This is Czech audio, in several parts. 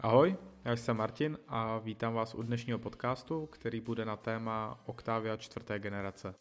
Ahoj, já jsem Martin a vítám vás u dnešního podcastu, který bude na téma Octavia čtvrté generace.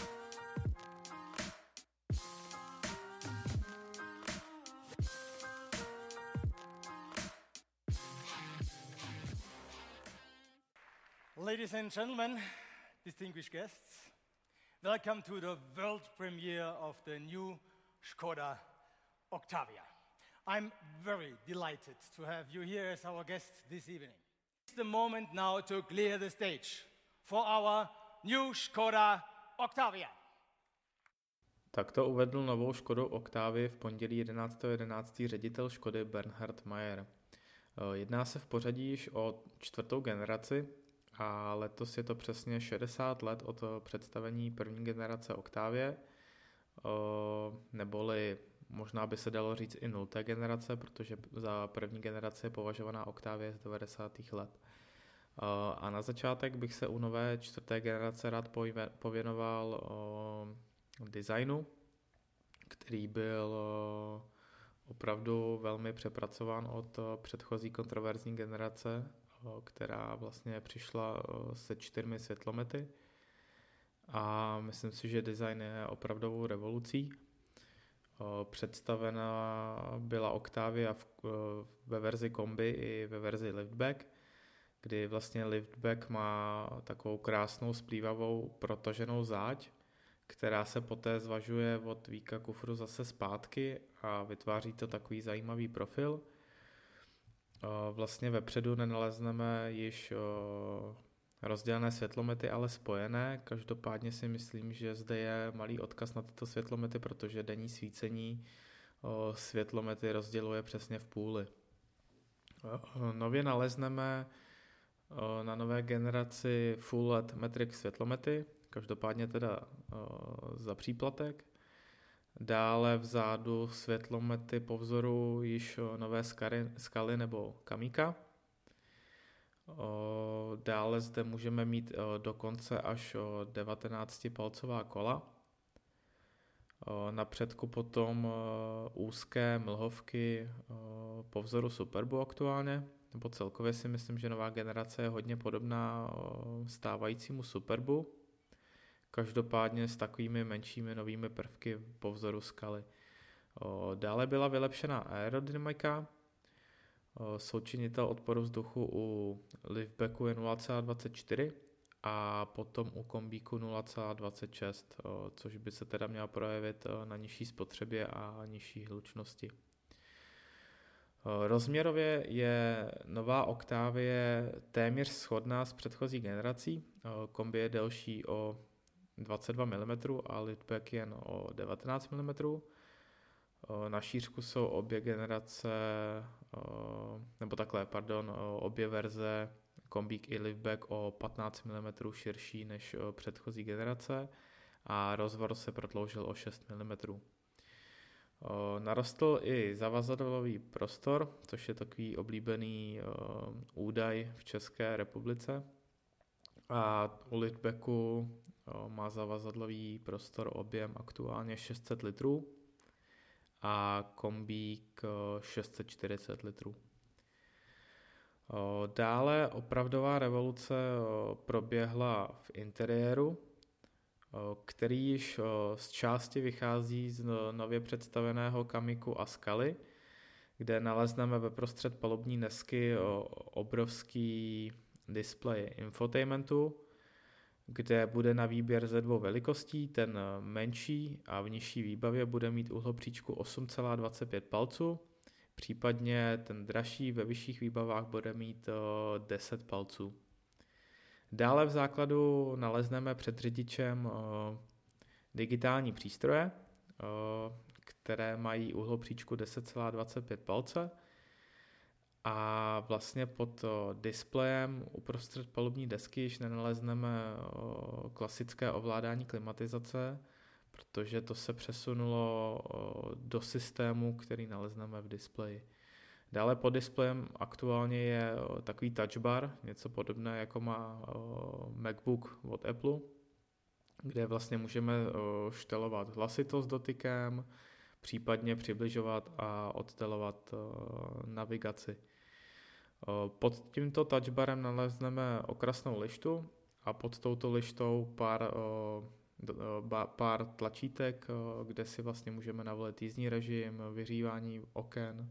Ladies and gentlemen, distinguished guests, welcome to the world premiere of the new Škoda Octavia. I'm very delighted to have you here as our guest this evening. It's the moment now to clear the stage for our new Škoda Octavia. Tak to uvedl novou Škodu Octavii v pondělí 11.11. ředitel Škody Bernhard Mayer. Jedná se v pořadí již o čtvrtou generaci a letos je to přesně 60 let od představení první generace Octavie, neboli možná by se dalo říct i nulté generace, protože za první generaci je považovaná Octavia z 90. let. A na začátek bych se u nové čtvrté generace rád pověnoval designu, který byl opravdu velmi přepracován od předchozí kontroverzní generace, která vlastně přišla se 4 světlomety. A myslím si, že design je opravdovou revolucí. Představena byla Octavia ve verzi kombi i ve verzi liftback, kdy vlastně liftback má takovou krásnou splývavou protaženou záď, která se poté zvažuje od víka kufru zase zpátky a vytváří to takový zajímavý profil. Vlastně vepředu nenalezneme již rozdělené světlomety, ale spojené. Každopádně si myslím, že zde je malý odkaz na tyto světlomety, protože denní svícení světlomety rozděluje přesně v půli. Nově nalezneme na nové generaci Full LED Matrix světlomety, každopádně teda za příplatek. Dále vzadu světlomety po vzoru již nové Scaly nebo Kamika. Dále zde můžeme mít dokonce až 19-palcová kola. Na předku potom úzké mlhovky po vzoru Superbu aktuálně, nebo celkově si myslím, že nová generace je hodně podobná stávajícímu Superbu. Každopádně s takovými menšími novými prvky po vzoru Scaly. Dále byla vylepšena aerodynamika. Součinitel odporu vzduchu u liftbacku je 0,24 a potom u kombíku 0,26, což by se teda mělo projevit na nižší spotřebě a nižší hlučnosti. Rozměrově je nová Octavie téměř shodná s předchozí generací. Kombi je delší o 22 mm a liftback jen o 19 mm. Na šířku jsou obě generace, obě verze kombík i liftback o 15 mm širší než předchozí generace a rozvor se prodloužil o 6 mm. Narostl i zavazadlový prostor, což je takový oblíbený údaj v České republice. A u liftbacku má zavazadlový prostor objem aktuálně 600 litrů a kombík 640 litrů. Dále opravdová revoluce proběhla v interiéru, který již z části vychází z nově představeného Kamiku a Scaly, kde nalezneme ve prostřed palubní desky obrovský displej infotainmentu, kde bude na výběr ze 2 velikostí. Ten menší a v nižší výbavě bude mít uhlopříčku 8,25 palců, případně ten dražší ve vyšších výbavách bude mít 10 palců. Dále v základu nalezneme před řidičem digitální přístroje, které mají uhlopříčku 10,25 palce a vlastně pod displejem uprostřed palubní desky již nenalezneme klasické ovládání klimatizace, protože to se přesunulo do systému, který nalezneme v displeji. Dále pod displejem aktuálně je takový touch bar, něco podobné jako má MacBook od Apple, kde vlastně můžeme štelovat hlasitost dotykem, případně přibližovat a oddalovat navigaci. Pod tímto touchbarem nalezneme okrasnou lištu a pod touto lištou pár tlačítek, kde si vlastně můžeme navolit jízdní režim, vyhřívání oken,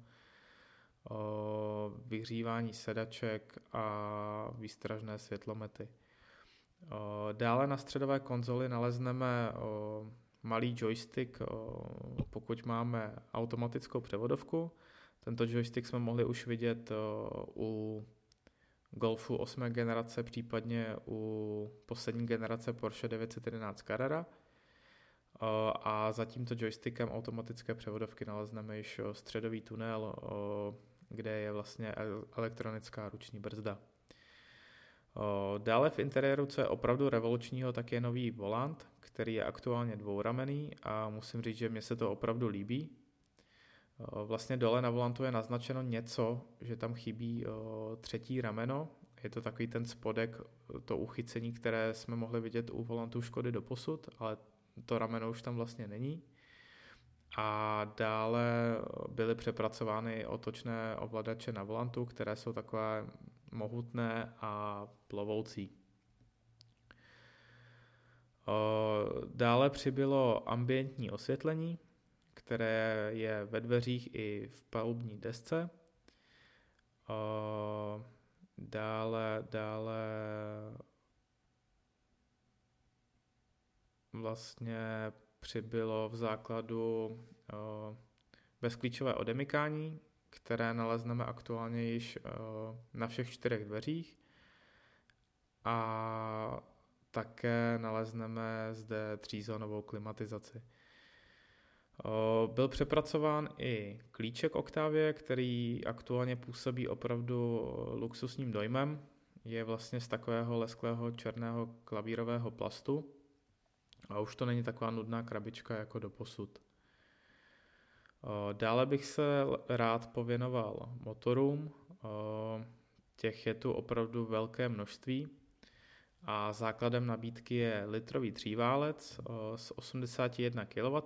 vyhřívání sedaček a výstražné světlomety. Dále na středové konzoli nalezneme malý joystick, pokud máme automatickou převodovku. Tento joystick jsme mohli už vidět u Golfu 8. generace, případně u poslední generace Porsche 911 Carrera. A za tímto joystickem automatické převodovky nalezneme již středový tunel, kde je vlastně elektronická ruční brzda. Dále v interiéru, co je opravdu revolučního, tak je nový volant, který je aktuálně dvouramenný a musím říct, že mně se to opravdu líbí. Vlastně dole na volantu je naznačeno něco, že tam chybí třetí rameno. Je to takový ten spodek, to uchycení, které jsme mohli vidět u volantů Škody doposud, ale to rameno už tam vlastně není. A dále byly přepracovány otočné ovladače na volantu, které jsou takové mohutné a plovoucí. Dále přibylo ambientní osvětlení, které je ve dveřích i v palubní desce. Dále vlastně přibylo v základu bezklíčové odemykání, které nalezneme aktuálně již na všech 4 dveřích. A také nalezneme zde 3zónovou klimatizaci. Byl přepracován i klíček Octavie, který aktuálně působí opravdu luxusním dojmem. Je vlastně z takového lesklého černého klavírového plastu a už to není taková nudná krabička jako doposud. Dále bych se rád pověnoval motorům. Těch je tu opravdu velké množství a základem nabídky je litrový tříválec s 81 kW,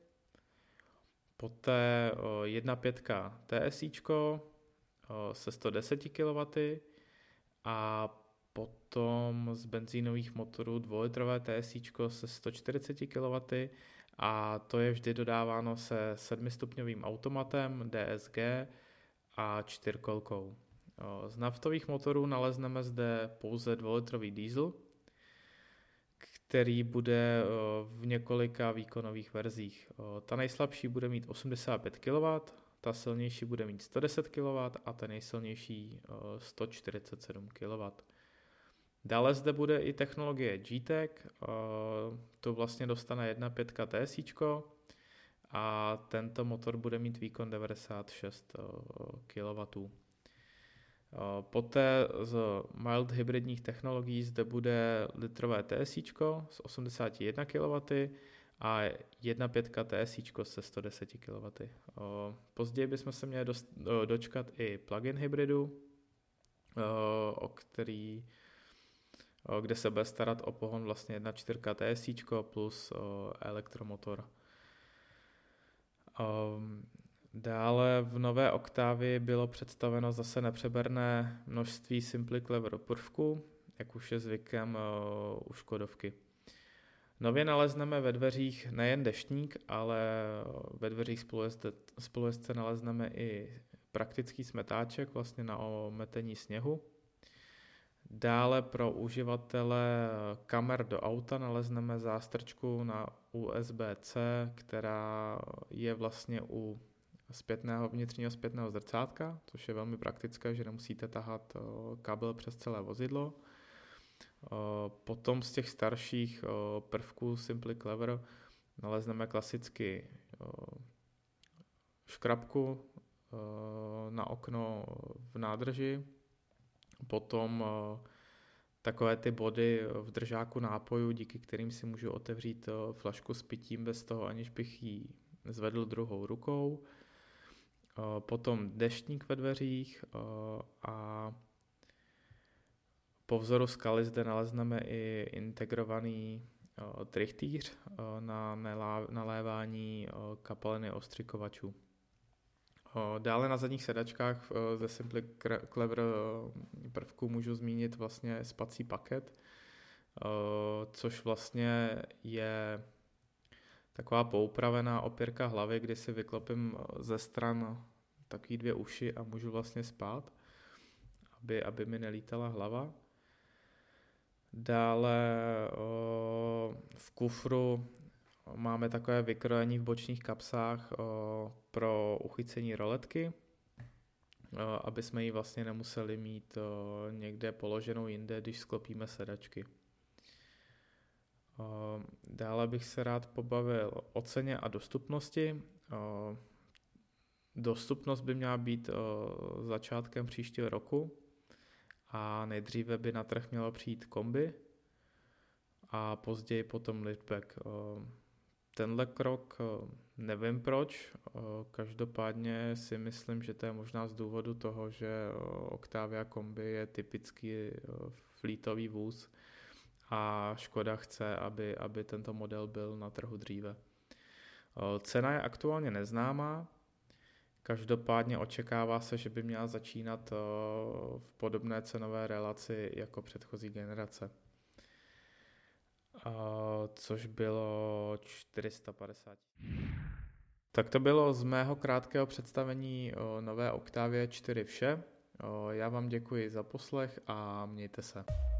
poté 1.5 TSIčko se 110 kW a potom z benzínových motorů 2litrové TSIčko se 140 kW a to je vždy dodáváno se 7stupňovým automatem DSG a 4kolkou. Z naftových motorů nalezneme zde pouze 2litrový diesel, který bude v několika výkonových verzích. Ta nejslabší bude mít 85 kW, ta silnější bude mít 110 kW a ta nejsilnější 147 kW. Dále zde bude i technologie G-Tech, to vlastně dostane 1.5 TSIčko a tento motor bude mít výkon 96 kW. Poté z mild hybridních technologií zde bude litrové TSIčko s 81 kW a 1.5 TSIčko se 110 kW. Později bychom se měli dočkat i plug-in hybridu, kde se bude starat o pohon vlastně 1.4 TSIčko plus elektromotor. Dále v nové Octavii bylo představeno zase nepřeberné množství Simply Clever prvků, jak už je zvykem u Škodovky. Nově nalezneme ve dveřích nejen deštník, ale ve dveřích spolujezdce nalezneme i praktický smetáček vlastně na ometení sněhu. Dále pro uživatele kamer do auta nalezneme zástrčku na USB-C, která je vlastně u vnitřního zpětného zrcátka, což je velmi praktické, že nemusíte tahat kabel přes celé vozidlo. Potom z těch starších prvků Simply Clever nalezneme klasicky škrabku na okno v nádrži, potom takové ty body v držáku nápojů, díky kterým si můžu otevřít flašku s pitím bez toho, aniž bych ji zvedl druhou rukou. Potom deštník ve dveřích a po vzoru skaly zde nalezneme i integrovaný trichtýř na nalévání kapaliny ostřikovačů. Dále na zadních sedačkách ze Simply Clever prvků můžu zmínit vlastně spací paket, což vlastně je taková poupravená opěrka hlavy, kdy si vyklopím ze stran takový 2 uši a můžu vlastně spát, aby mi nelítala hlava. Dále v kufru máme takové vykrojení v bočních kapsách pro uchycení roletky, aby jsme ji vlastně nemuseli mít někde položenou jinde, když sklopíme sedačky. Dále bych se rád pobavil o ceně a dostupnosti. Dostupnost by měla být začátkem příštího roku a nejdříve by na trh mělo přijít kombi a později potom liftback. Tenhle krok nevím proč, každopádně si myslím, že to je možná z důvodu toho, že Octavia kombi je typický fleetový vůz a Škoda chce, aby tento model byl na trhu dříve. Cena je aktuálně neznámá, každopádně očekává se, že by měla začínat v podobné cenové relaci jako předchozí generace, což bylo 450. Tak to bylo z mého krátkého představení nové Octavie 4 vše. Já vám děkuji za poslech a mějte se.